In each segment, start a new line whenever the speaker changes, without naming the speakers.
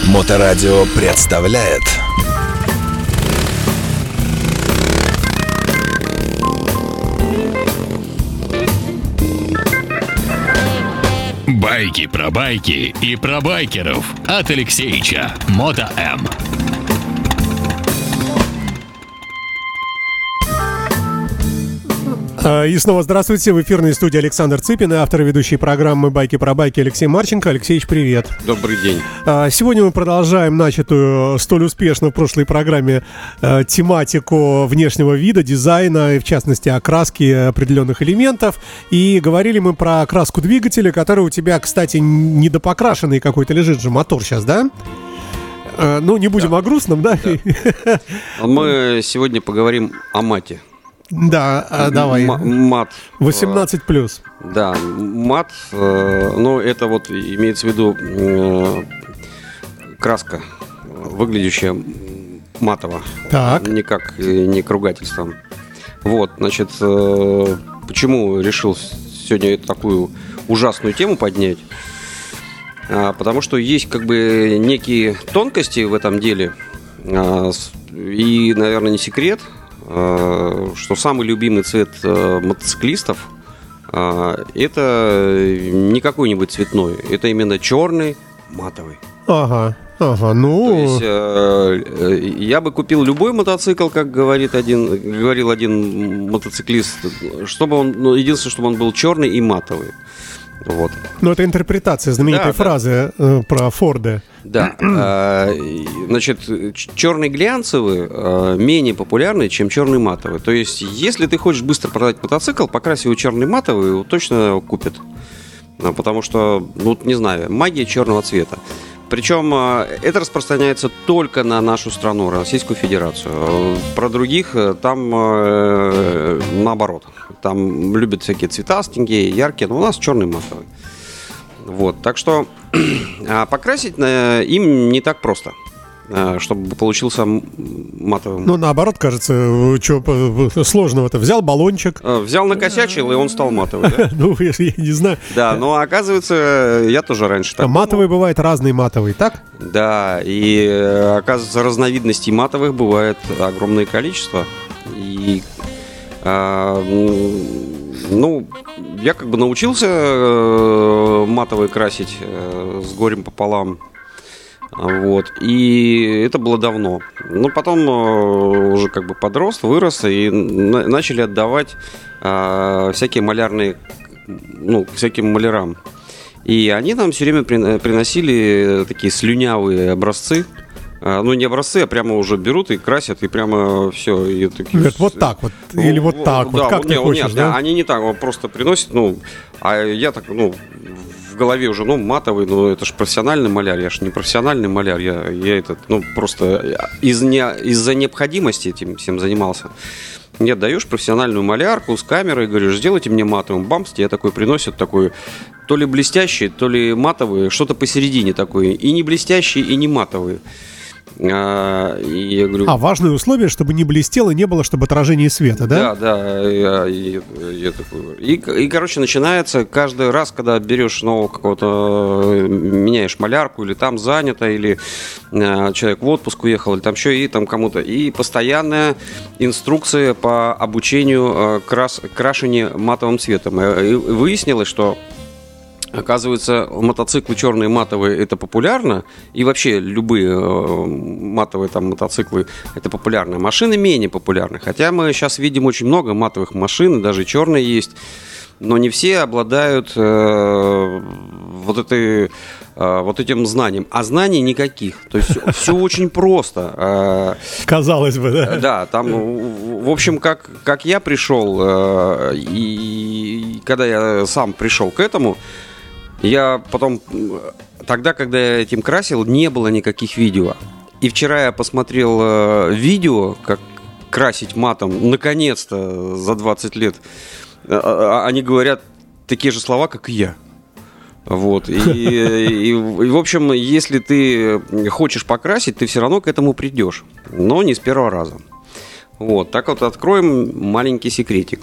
Моторадио представляет
Байки про байки и про байкеров от Алексеича. Мото-М.
И снова здравствуйте. В эфирной студии Александр Цыпин и автор и ведущей программы «Байки про байки» Алексей Марченко. Алексеич, привет.
Добрый день.
Сегодня мы продолжаем начатую столь успешно в прошлой программе тематику внешнего вида, дизайна, и в частности окраски определенных элементов. И говорили мы про окраску двигателя, который у тебя, кстати, недопокрашенный какой-то лежит же мотор сейчас, да? Ну, не будем о грустном, да?
Мы сегодня поговорим о мате.
Да, давай.
Мат.
18+.
Да, мат, ну, это вот имеется в виду краска, выглядящая матово.
Так.
Никак не к ругательствам. Вот, значит, почему решил сегодня такую ужасную тему поднять? Потому что есть как бы некие тонкости в этом деле. И, наверное, не секрет, что самый любимый цвет мотоциклистов это не какой-нибудь цветной, это именно черный матовый.
Ага, ну...
То есть я бы купил любой мотоцикл, как говорил один мотоциклист, чтобы он, ну, единственное, чтобы он был черный и матовый. Вот.
Ну, это интерпретация знаменитой фразы про Форды.
Да. Значит, черный глянцевый менее популярный, чем черный матовый. То есть, если ты хочешь быстро продать мотоцикл, покрась его черный матовый, его точно купят. Потому что, ну, не знаю, магия черного цвета. Причем это распространяется только на нашу страну, Российскую Федерацию. Про других там наоборот. Там любят всякие цветастенькие, яркие, но у нас черный матовый. Вот, так что покрасить им не так просто, чтобы получился матовым.
Ну, наоборот, кажется, что сложного-то? Взял баллончик.
Взял, накосячил, и он стал матовый. Да?
Ну, я не знаю.
Да, но оказывается, я тоже раньше так думал.
Матовый бывает разный матовый, так?
Да, и оказывается, разновидностей матовых бывает огромное количество. И, ну, я как бы научился матовый красить с горем пополам. Вот. И это было давно. Но потом уже как бы подрос, вырос, и начали отдавать всякие малярные, ну, всяким малярам. И они нам все время приносили такие слюнявые образцы. Ну, не образцы, а прямо уже берут и красят, и прямо все. И такие...
Говорят, вот так вот, или вот так
да,
вот, как ты хочешь,
нет,
да?
Они не так, вот просто приносят, ну, а я так, ну, в голове уже, ну, матовый, ну, это же профессиональный маляр, я же не профессиональный маляр, я этот, ну, просто из-за необходимости этим всем занимался. Мне отдаешь профессиональную малярку с камерой, говоришь, сделайте мне матовым, бамс, тебе такой приносят, такой, то ли блестящий, то ли матовый, что-то посередине такое, и не блестящий, и не матовый. И я говорю,
важное условие, чтобы не блестело, не было, чтобы отражение света, да?
Да, я такой. И, короче, начинается каждый раз, когда берешь нового какого-то, меняешь малярку, или там занято, или человек в отпуск уехал, или там еще, и там кому-то. И постоянная инструкция по обучению крашения матовым цветом. И выяснилось, что, оказывается, мотоциклы черные матовые это популярно, и вообще любые матовые там мотоциклы это популярно. Машины менее популярны, хотя мы сейчас видим очень много матовых машин, даже черные есть, но не все обладают вот этим знанием, а знаний никаких. То есть все очень просто.
Казалось бы, да?
Да, там, в общем, как я пришел, и когда я сам пришел к этому, я потом, тогда, когда я этим красил, не было никаких видео. И вчера я посмотрел видео, как красить матом, наконец-то, за 20 лет. Они говорят такие же слова, как и я. Вот. И, в общем, если ты хочешь покрасить, ты все равно к этому придешь. Но не с первого раза. Вот. Так вот, откроем маленький секретик.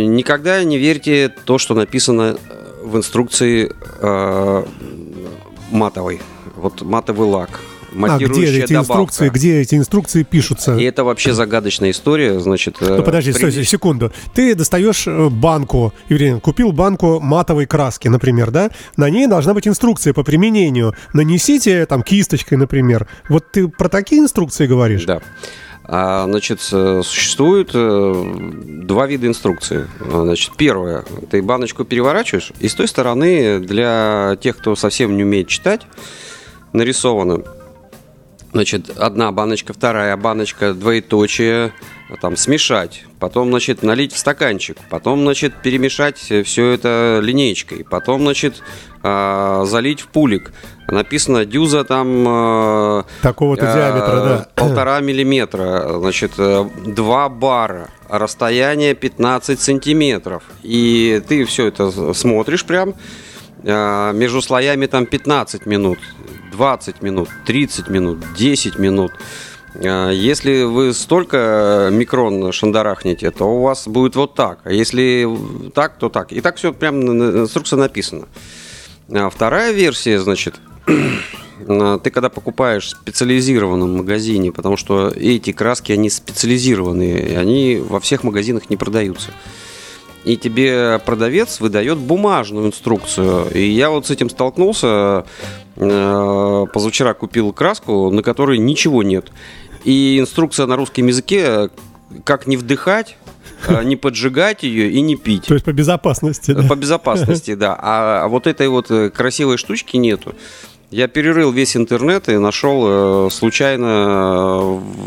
Никогда не верьте то, что написано в инструкции матовый. Вот матовый лак.
Где эти инструкции пишутся?
И это вообще загадочная история, значит...
Ну, подожди, стой, секунду. Ты достаешь банку, Евгений, купил банку матовой краски, например, да? На ней должна быть инструкция по применению. Нанесите там кисточкой, например. Вот ты про такие инструкции говоришь?
Да. Значит, существует два вида инструкции. Значит, первое, ты баночку переворачиваешь, и с той стороны для тех, кто совсем не умеет читать, нарисовано, значит, одна баночка, вторая баночка, двоеточие, там, смешать, потом, значит, налить в стаканчик, потом, значит, перемешать все это линеечкой, потом, значит, залить в пулик. Написано дюза там...
Такого-то диаметра, да.
1,5 миллиметра, значит, 2 бара, расстояние 15 сантиметров. И ты все это смотришь прям, между слоями там 15 минут, 20 минут, 30 минут, 10 минут. Если вы столько микрон шандарахнете, то у вас будет вот так. А если так, то так. И так все прям инструкция написана. Вторая версия, значит, ты когда покупаешь в специализированном магазине, потому что эти краски, они специализированные, они во всех магазинах не продаются. И тебе продавец выдает бумажную инструкцию. И я вот с этим столкнулся. Позавчера купил краску, на которой ничего нет. И инструкция на русском языке, как не вдыхать, не поджигать ее и не пить.
То есть по безопасности, да?
По безопасности, да. А вот этой вот красивой штучки нету. Я перерыл весь интернет и нашел случайно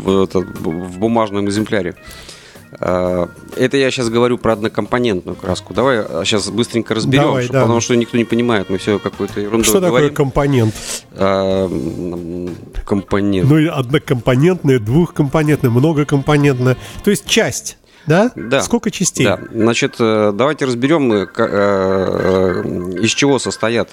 в бумажном экземпляре. Это я сейчас говорю про однокомпонентную краску. Давай сейчас быстренько разберем, потому что никто не понимает, мы все какую-то ерунду
что
говорим.
Что такое компонент?
Компонент.
Ну, однокомпонентная, двухкомпонентная, многокомпонентная. То есть часть, да?
Да.
Сколько частей?
Да. Значит, давайте разберем, из чего состоят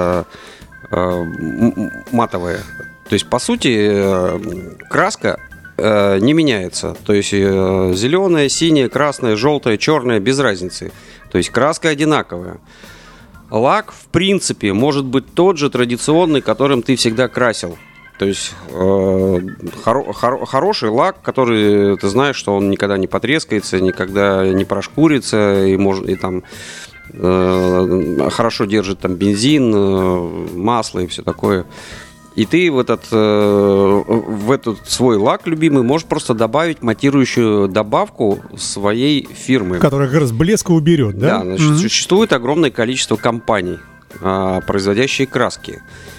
матовые. То есть, по сути, краска не меняется. То есть зеленая, синяя, красная, желтая, черная, без разницы. То есть краска одинаковая. Лак, в принципе, может быть тот же традиционный, которым ты всегда красил. То есть хороший лак, который ты знаешь, что он никогда не потрескается, никогда не прошкурится, и там хорошо держит там бензин, масло и все такое. И ты в этот свой лак любимый можешь просто добавить матирующую добавку своей фирмы.
Которая как раз блеска уберет, да?
Да, значит, существует огромное количество компаний, производящие краски.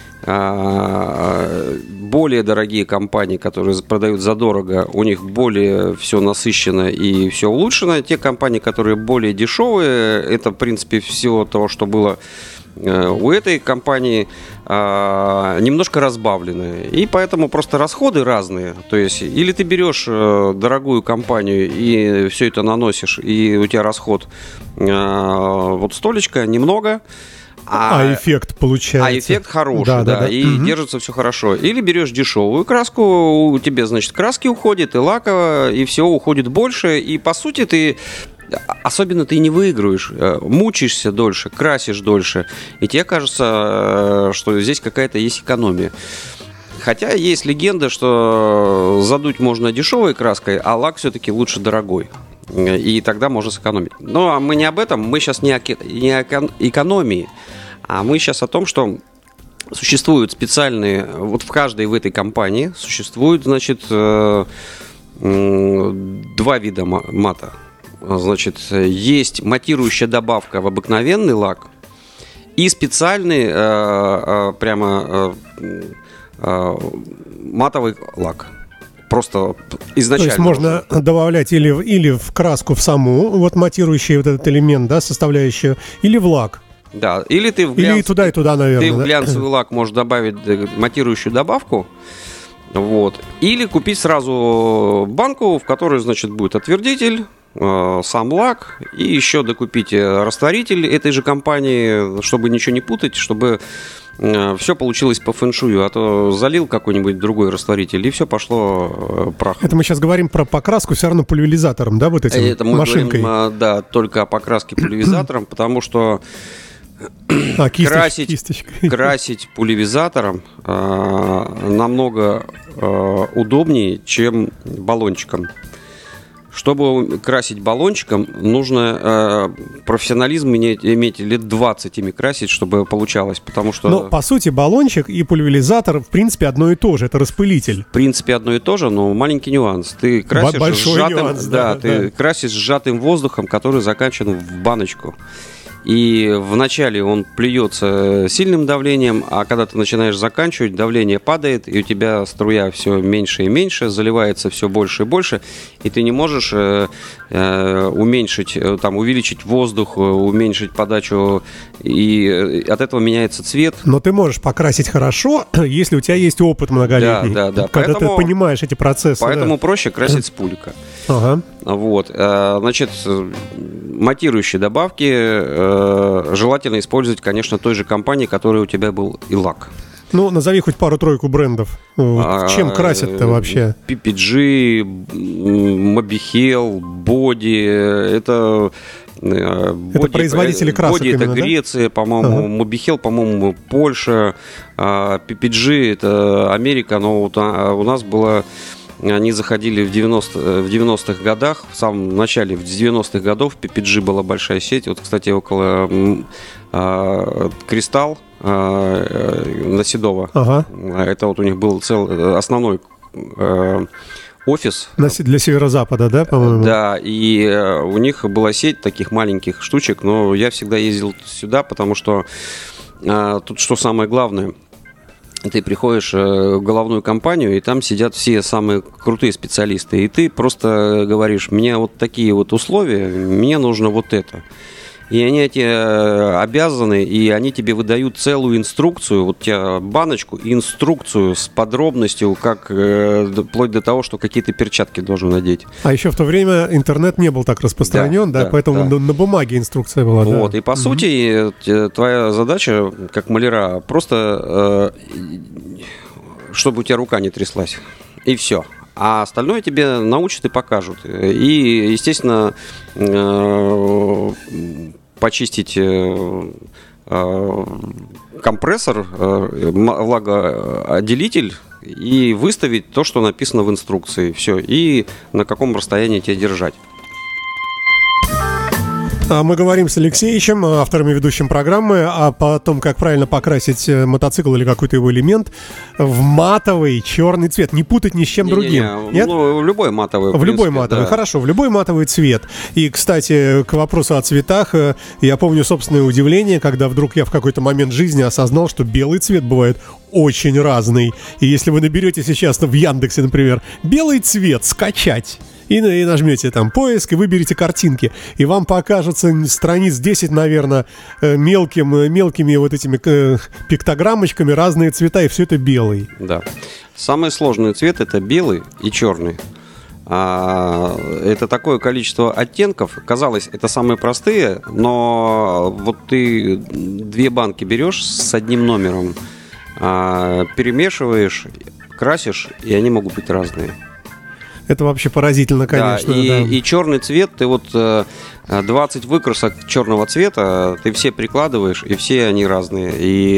Более дорогие компании, которые продают задорого, у них более все насыщенно и все улучшено. Те компании, которые более дешевые, это, в принципе, всего того, что было у этой компании, немножко разбавленные. И поэтому просто расходы разные. То есть, или ты берешь дорогую компанию и все это наносишь, и у тебя расход вот столечко немного.
А эффект получается.
А эффект хороший, да. И держится все хорошо. Или берешь дешевую краску, у тебя, значит, краски уходит, и лака, и все уходит больше. И, по сути, ты не выигрываешь, мучаешься дольше, красишь дольше. И тебе кажется, что здесь какая-то есть экономия. Хотя есть легенда, что задуть можно дешевой краской, а лак все-таки лучше дорогой. И тогда можно сэкономить. Но мы не об этом, мы сейчас не о экономии, а мы сейчас о том, что существуют специальные, вот в каждой в этой компании существует, значит, два вида мата. Значит, есть матирующая добавка в обыкновенный лак и специальный матовый лак. Просто изначально. То есть
можно добавлять или в краску в саму, вот матирующий вот этот элемент, да, составляющую, или в лак.
Да, или ты
или и туда, наверное.
Ты в глянцевый лак можешь добавить матирующую добавку, вот, или купить сразу банку, в которой, значит, будет отвердитель, сам лак, и еще докупить растворитель этой же компании, чтобы ничего не путать, чтобы все получилось по фэншую, а то залил какой-нибудь другой растворитель, и все пошло прахом.
Это мы сейчас говорим про покраску все равно пульверизатором, да, вот этим
это мы
машинкой?
Говорим, да, только о покраске пульверизатором, потому что
Кисточкой.
Красить пульверизатором намного удобнее, чем баллончиком. Чтобы красить баллончиком, нужно профессионализм иметь лет 20 ими красить, чтобы получалось, потому что...
Но, по сути, баллончик и пульверизатор, в принципе, одно и то же, это распылитель.
В принципе, одно и то же, но маленький нюанс. Ты красишь красишь сжатым воздухом, который закачан в баночку. И вначале он плюется сильным давлением, а когда ты начинаешь заканчивать, давление падает, и у тебя струя все меньше и меньше, заливается все больше и больше, и ты не можешь увеличить воздух, уменьшить подачу, и от этого меняется цвет.
Но ты можешь покрасить хорошо, если у тебя есть опыт многолетний.
Да.
Когда ты понимаешь эти процессы.
Поэтому проще красить с пулика.
Ага.
Вот. Значит, матирующие добавки желательно использовать, конечно, той же компании, которой у тебя был и лак.
Ну, назови хоть пару-тройку брендов. Чем красят-то вообще?
PPG, Mobihel, Body. Это
производители красок.
Body это Греция, по-моему. Mobihel, по-моему, Польша. PPG это Америка. Но вот у нас было... Они заходили в 90-х годах, в самом начале, в 90-х годов PPG была большая сеть. Вот, кстати, около Кристалл на Седово. Ага. Это вот у них был основной офис.
Для северо-запада, да, по-моему?
Да, и у них была сеть таких маленьких штучек, но я всегда ездил сюда, потому что тут что самое главное – ты приходишь в головную компанию, и там сидят все самые крутые специалисты. И ты просто говоришь, мне вот такие вот условия, мне нужно вот это. И они эти обязаны, и они тебе выдают целую инструкцию, вот у тебя баночку, инструкцию с подробностью, как вплоть до того, что какие-то перчатки должен надеть. А
еще в то время интернет не был так распространен, да, поэтому на бумаге инструкция была.
Вот,
да.
И по сути твоя задача, как маляра, просто чтобы у тебя рука не тряслась, и все. А остальное тебе научат и покажут. И, естественно, почистить компрессор, влагоотделитель и выставить то, что написано в инструкции. Все. И на каком расстоянии тебе держать.
Мы говорим с Алексеевичем, автором и ведущим программы, о том, как правильно покрасить мотоцикл или какой-то его элемент в матовый черный цвет. Не путать ни с чем другим.
Нет? Ну, в любой матовый.
В любой матовый, да. Хорошо, в любой матовый цвет. И, кстати, к вопросу о цветах, я помню собственное удивление, когда вдруг я в какой-то момент жизни осознал, что белый цвет бывает очень разный. И если вы наберете сейчас в Яндексе, например, белый цвет скачать, и нажмете там поиск, и выберете картинки. И вам покажется страниц 10, наверное, мелкими вот этими пиктограммочками разные цвета, и все это белый.
Да. Самый сложный цвет – это белый и черный. Это такое количество оттенков. Казалось, это самые простые, но вот ты 2 банки берешь с одним номером, перемешиваешь, красишь, и они могут быть разные.
Это вообще поразительно, конечно.
Да, и черный цвет, ты вот 20 выкрасок черного цвета, ты все прикладываешь, и все они разные.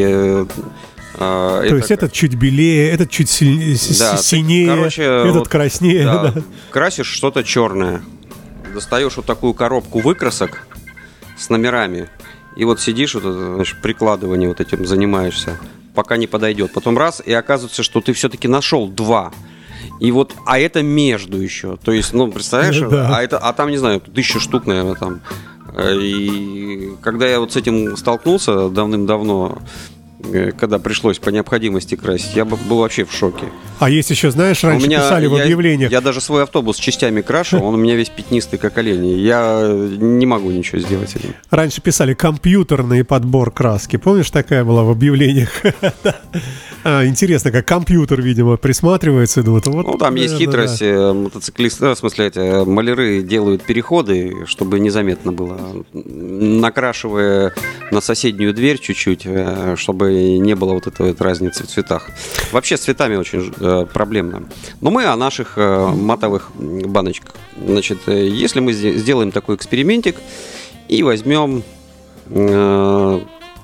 То есть этот чуть белее, этот чуть синее, этот краснее.
Да. Красишь что-то черное, достаешь вот такую коробку выкрасок с номерами, и вот сидишь, вот, значит, прикладывание вот этим занимаешься, пока не подойдет. Потом раз, и оказывается, что ты все-таки нашел 2. И вот, а это между еще. То есть, ну, представляешь, да. А там, не знаю, 1000 штук, наверное, там. И когда я вот с этим столкнулся давным-давно, когда пришлось по необходимости красить, я был вообще в шоке.
А есть еще, знаешь, раньше писали в объявлениях.
Я даже свой автобус с частями крашу, он у меня весь пятнистый, как олень. Я не могу ничего сделать с этим.
Раньше писали компьютерный подбор краски. Помнишь, такая была в объявлениях? Интересно, как компьютер, видимо, присматривается.
Ну, там есть хитрость. Мотоциклисты, в смысле, маляры делают переходы, чтобы незаметно было. Накрашивая на соседнюю дверь чуть-чуть, чтобы не было вот этой вот разницы в цветах. Вообще с цветами очень проблемно. Но мы о наших матовых баночках. Значит, если мы сделаем такой экспериментик и возьмем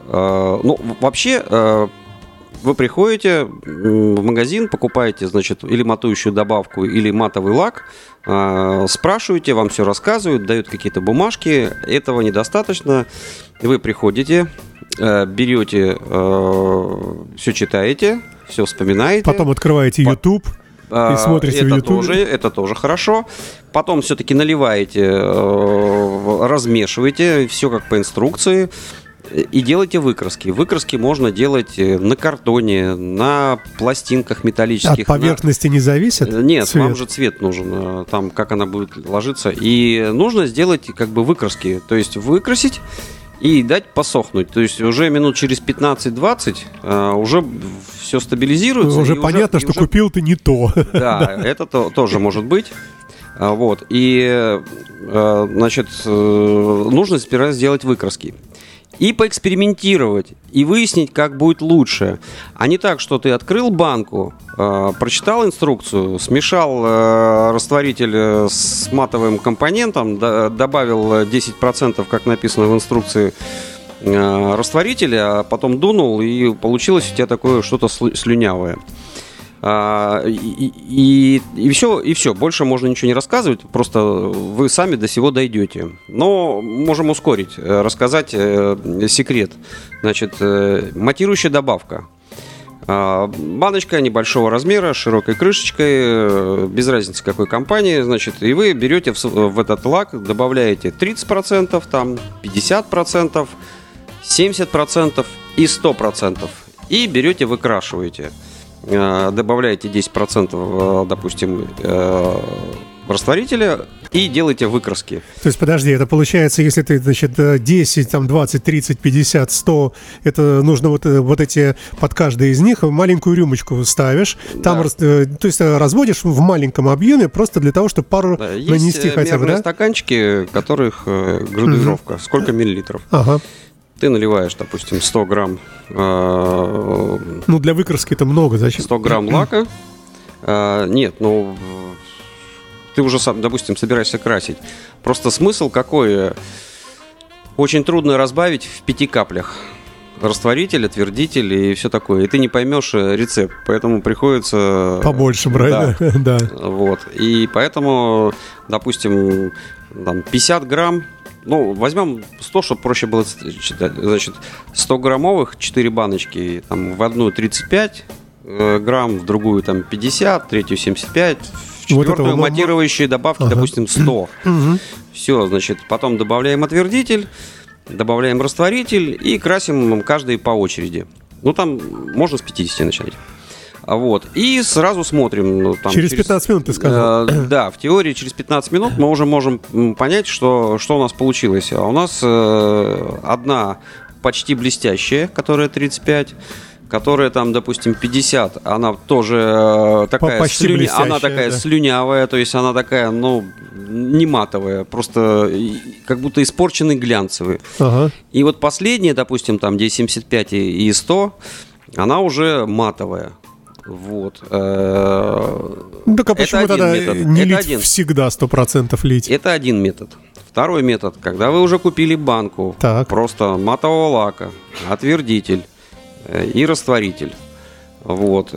Ну, вообще, вы приходите в магазин, покупаете, значит, или матующую добавку, или матовый лак, спрашиваете, вам все рассказывают, дают какие-то бумажки. Этого недостаточно. Вы приходите, берете, все читаете, все вспоминаете.
Потом открываете YouTube и смотрите в YouTube.
Это тоже хорошо. Потом все-таки наливаете, размешиваете, все как по инструкции. И делайте выкраски. Выкраски можно делать на картоне, на пластинках металлических.
От поверхности не зависит?
Нет,
цвет?
вам же цвет нужен, там как она будет ложиться. И нужно сделать как бы выкраски, то есть выкрасить и дать посохнуть. То есть уже минут через 15-20 уже все стабилизируется.
Уже понятно, что купил ты не то.
Да, это тоже может быть. Вот. И, значит, нужно сперва сделать выкраски. И поэкспериментировать, и выяснить, как будет лучше. А не так, что ты открыл банку, прочитал инструкцию, смешал растворитель с матовым компонентом, добавил 10%, как написано в инструкции, растворителя, а потом дунул, и получилось у тебя такое что-то слюнявое. И все, больше можно ничего не рассказывать, просто вы сами до всего дойдете. Но можем ускорить, рассказать секрет. Значит, матирующая добавка. Баночка небольшого размера, с широкой крышечкой, без разницы какой компании, значит, и вы берете в этот лак, добавляете 30%, там 50%, 70% и 100%. И берете, выкрашиваете. Добавляете 10%, допустим, растворителя и делаете выкраски.
То есть, подожди, это получается, если ты, значит, 10, там, 20, 30, 50, 100, это нужно вот эти, под каждый из них маленькую рюмочку ставишь, там, да. То есть, разводишь в маленьком объеме просто для того, чтобы пару нанести хотя бы, да? Есть
стаканчики, которых градуировка, сколько миллилитров.
Ага.
Ты наливаешь, допустим, 100 грамм...
Ну, для выкраски это много, зачем?
100 грамм лака. Нет, ну... Ты уже, допустим, собираешься красить. Просто смысл какой? Очень трудно разбавить в 5 каплях. Растворитель, отвердитель и все такое. И ты не поймешь рецепт, поэтому приходится...
Побольше брать, да.
Вот. И поэтому, допустим, там 50 грамм. Ну, возьмем 100, чтобы проще было читать. Значит, 100-граммовых 4 баночки. Там, в одну 35 грамм, в другую там 50, третью 75, в четвертую вот матирующие добавки, допустим, 100. Все, значит, потом добавляем отвердитель, добавляем растворитель и красим каждый по очереди. Ну, там можно с 50 начать. Вот. И сразу смотрим. Ну, там,
через 15 минут ты сказал.
Да, в теории через 15 минут мы уже можем понять, что у нас получилось. А у нас одна почти блестящая, которая 35, которая там, допустим, 50, она тоже такая, она такая, да, слюнявая, то есть она такая, ну, не матовая, просто как будто испорченный глянцевый. Ага. И вот последняя, допустим, там, где 75 и 100, она уже матовая. Вот.
Так а почему тогда не лить всегда 100% лить?
Это один метод. Второй метод, когда вы уже купили банку, так, просто матового лака, отвердитель и растворитель. Вот.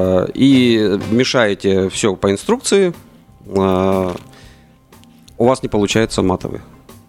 И мешаете все по инструкции, у вас не получается матовый.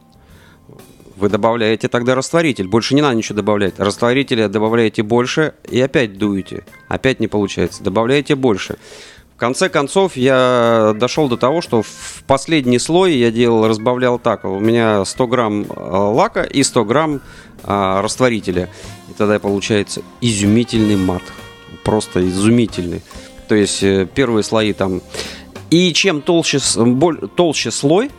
Вы добавляете тогда растворитель. Больше не надо ничего добавлять. Растворителя добавляете больше и опять дуете. Опять не получается. Добавляете больше. В конце концов, я дошел до того, что в последний слой я разбавлял так. У меня 100 грамм лака и 100 грамм растворителя. И тогда получается изумительный мат. Просто изумительный. То есть первые слои там... И чем толще слой,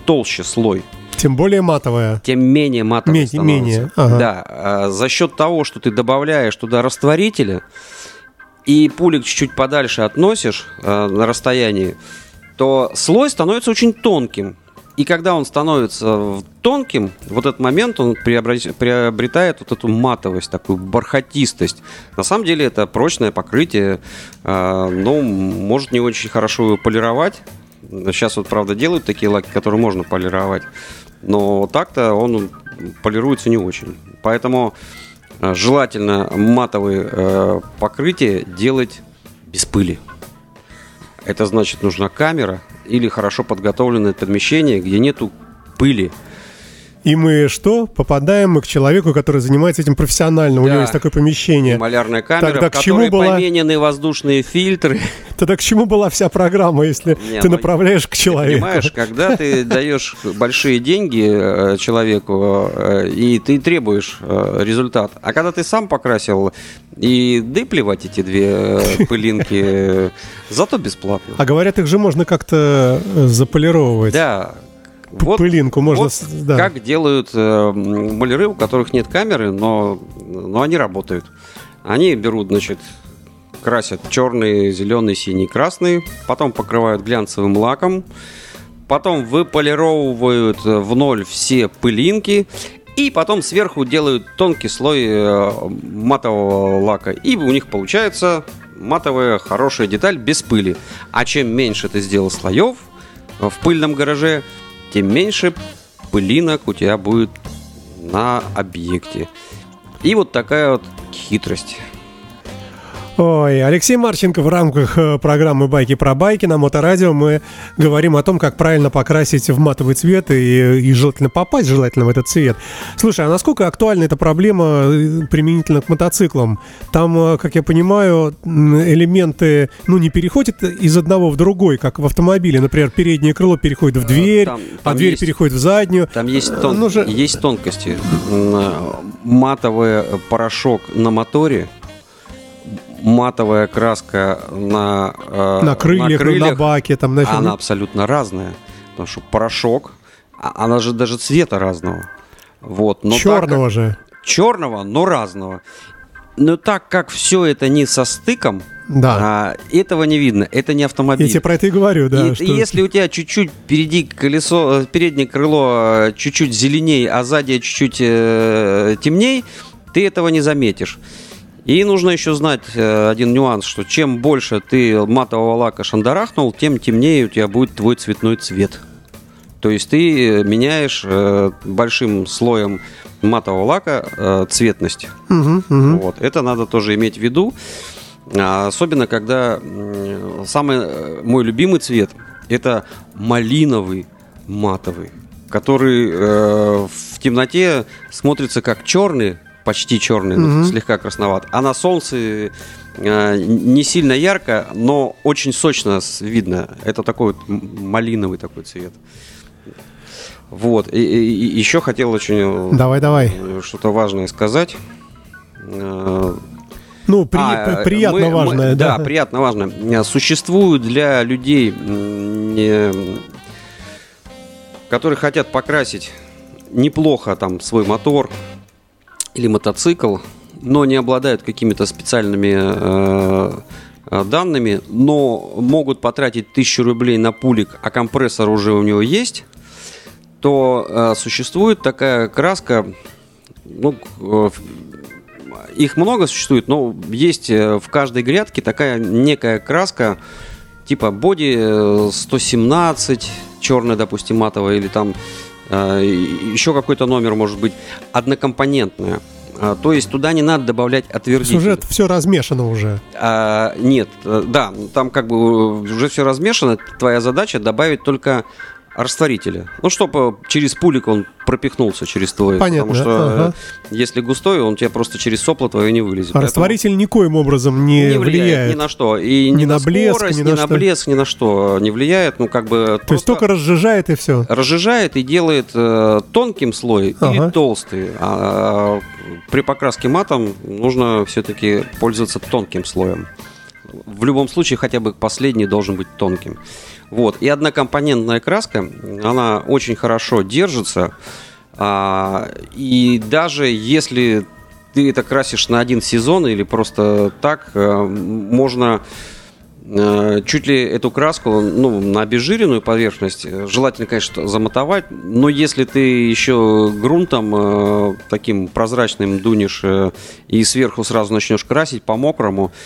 тем более матовая.
Тем менее матовая становится.
Менее. Ага.
Да. За счет того, что ты добавляешь туда растворителя и пулик чуть-чуть подальше относишь на расстоянии, то слой становится очень тонким. И когда он становится тонким, в этот момент он приобретает вот эту матовость, такую бархатистость. На самом деле это прочное покрытие, но может не очень хорошо его полировать. Сейчас вот, правда, делают такие лаки, которые можно полировать. Но так-то он полируется не очень. Поэтому желательно матовые покрытия делать без пыли. Это значит, нужна камера или хорошо подготовленное помещение, где нету пыли.
И мы что? Попадаем к человеку, который занимается этим профессионально. У него есть такое помещение.
Малярная камера,
тогда
в которой поменены воздушные фильтры.
Тогда к чему была вся программа, если ты направляешь к человеку?
Ты понимаешь, когда ты даешь большие деньги человеку, и ты требуешь результат, а когда ты сам покрасил, и да и плевать эти две пылинки, зато бесплатно.
А говорят, их же можно как-то заполировать.
Да.
Пылинку можно...
Вот как делают маляры, у которых нет камеры, но они работают. Они берут, значит, красят черный, зеленый, синий, красный, потом покрывают глянцевым лаком, потом выполировывают в ноль все пылинки, и потом сверху делают тонкий слой матового лака. И у них получается матовая хорошая деталь без пыли. А чем меньше ты сделал слоев в пыльном гараже, тем меньше пылинок у тебя будет на объекте. И вот такая вот хитрость.
Ой, Алексей Марченко в рамках программы «Байки про байки» на Моторадио мы говорим о том, как правильно покрасить в матовый цвет и желательно попасть желательно в этот цвет. Слушай, а насколько актуальна эта проблема применительно к мотоциклам? Там, как я понимаю, элементы, не переходят из одного в другой, как в автомобиле. Например, переднее крыло переходит в дверь, а дверь переходит в заднюю.
Там есть тонкости. Матовый порошок на моторе, матовая краска на
крыльях, на баке, там,
она абсолютно разная, потому что порошок, она же даже цвета разного. Вот, но
черного же.
Черного, но разного. Но так как все это не со стыком, этого не видно. Это не автомобиль.
Я тебе про это и говорю, да.
И если у тебя чуть-чуть впереди переднее крыло чуть-чуть зеленее, а сзади чуть-чуть темней, ты этого не заметишь. И нужно еще знать один нюанс, что чем больше ты матового лака шандарахнул, тем темнее у тебя будет твой цветной цвет. То есть ты меняешь большим слоем матового лака цветность. Вот. Это надо тоже иметь в виду. Особенно, когда самый мой любимый цвет – это малиновый матовый, который в темноте смотрится как черный, почти черный, слегка красноват. А на солнце не сильно ярко, но очень сочно видно. Это такой вот малиновый такой цвет. Вот. И еще хотел очень
давай.
Что-то важное сказать.
Приятно важное.
Да, приятно важное. Существуют для людей, которые хотят покрасить неплохо там свой мотор или мотоцикл, но не обладают какими-то специальными данными, но могут потратить 1000 рублей на пулик, а компрессор уже у него есть, то существует такая краска, их много существует, но есть в каждой грядке такая некая краска, типа боди 117, черная, допустим, матовая, или там еще какой-то номер может быть, однокомпонентная. То есть туда не надо добавлять отвердитель.
Уже все размешано уже.
Нет, да, там как бы уже все размешано. Твоя задача добавить только растворителя. Чтобы через пулик он пропихнулся через твой.
Понятно.
Потому что если густой, он тебе просто через сопло твое не вылезет.
А растворитель никоим образом не влияет
ни на что. И ни на
блеск,
скорость, ни на блеск, ни на что не влияет.
То есть только разжижает и все.
Разжижает и делает тонким слой или толстый. А при покраске матом нужно все-таки пользоваться тонким слоем. В любом случае, хотя бы последний должен быть тонким. Вот. И однокомпонентная краска, она очень хорошо держится. И даже если ты это красишь на один сезон или просто так, можно чуть ли эту краску на обезжиренную поверхность, желательно, конечно, замотовать, но если ты еще грунтом таким прозрачным дунешь и сверху сразу начнешь красить по мокрому,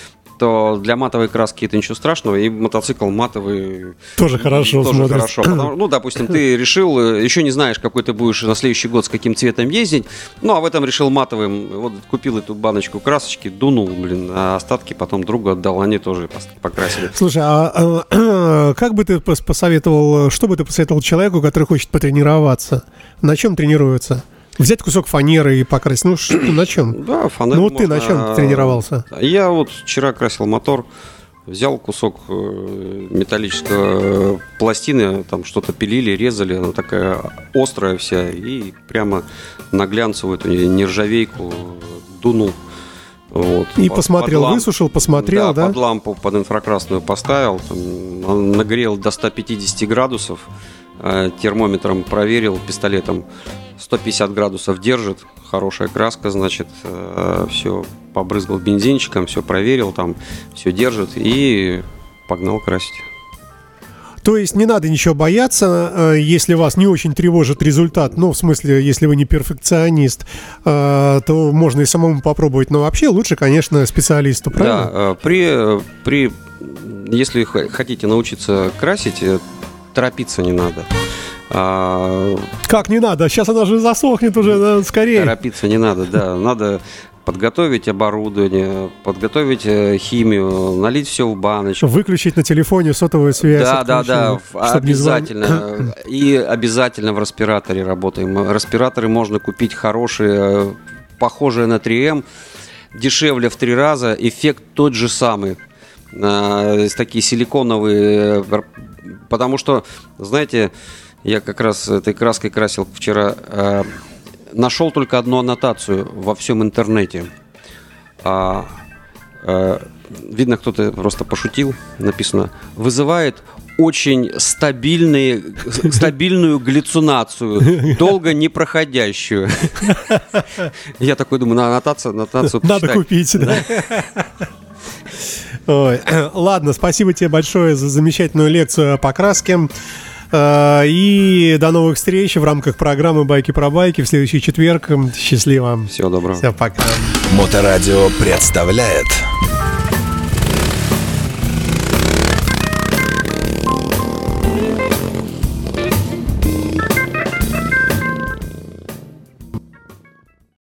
то для матовой краски это ничего страшного, и мотоцикл матовый
тоже хорошо
тоже
смотрится.
хорошо. Ну, допустим, ты решил, еще не знаешь, какой ты будешь на следующий год с каким цветом ездить, ну, а в этом решил матовым. Вот купил эту баночку красочки, дунул, а остатки потом другу отдал, они тоже покрасили.
Слушай, как бы ты посоветовал, что бы ты посоветовал человеку, который хочет потренироваться? На чем тренируется? Взять кусок фанеры и покрасить. Ну, на чем?
Да, фанеру.
Ну, вот ты на чем тренировался?
Я вот вчера красил мотор, взял кусок металлической пластины, там что-то пилили, резали, она такая острая вся, и прямо на глянцевую эту нержавейку дунул. Вот.
И посмотрел, высушил, посмотрел, да?
Под лампу, под инфракрасную поставил, там, нагрел до 150 градусов, термометром проверил, пистолетом 150 градусов держит, хорошая краска, значит, все, побрызгал бензинчиком, все проверил, там, все держит и погнал красить.
То есть не надо ничего бояться, если вас не очень тревожит результат, ну, в смысле, если вы не перфекционист, то можно и самому попробовать, но вообще лучше, конечно, специалисту, правильно?
Да, если хотите научиться красить, торопиться не надо.
Как не надо? Сейчас она же засохнет уже, скорее.
Торопиться не надо, да, надо подготовить оборудование, подготовить химию, налить все в баночку.
Выключить на телефоне сотовую связь.
Да, обязательно. И обязательно в респираторе работаем. Респираторы можно купить хорошие, похожие на 3М, дешевле в 3 раза, эффект тот же самый. Такие силиконовые, потому что, знаете, я как раз этой краской красил вчера. Нашел только одну аннотацию во всем интернете. Видно, кто-то просто пошутил. Написано: вызывает очень стабильную галлюцинацию, долго не проходящую. Я такой думаю, аннотацию
надо купить, да? Ой. Ладно, спасибо тебе большое за замечательную лекцию по краске. И до новых встреч в рамках программы «Байки про байки» в следующий четверг. Счастливо.
Всего доброго.
Всем пока.
Моторадио представляет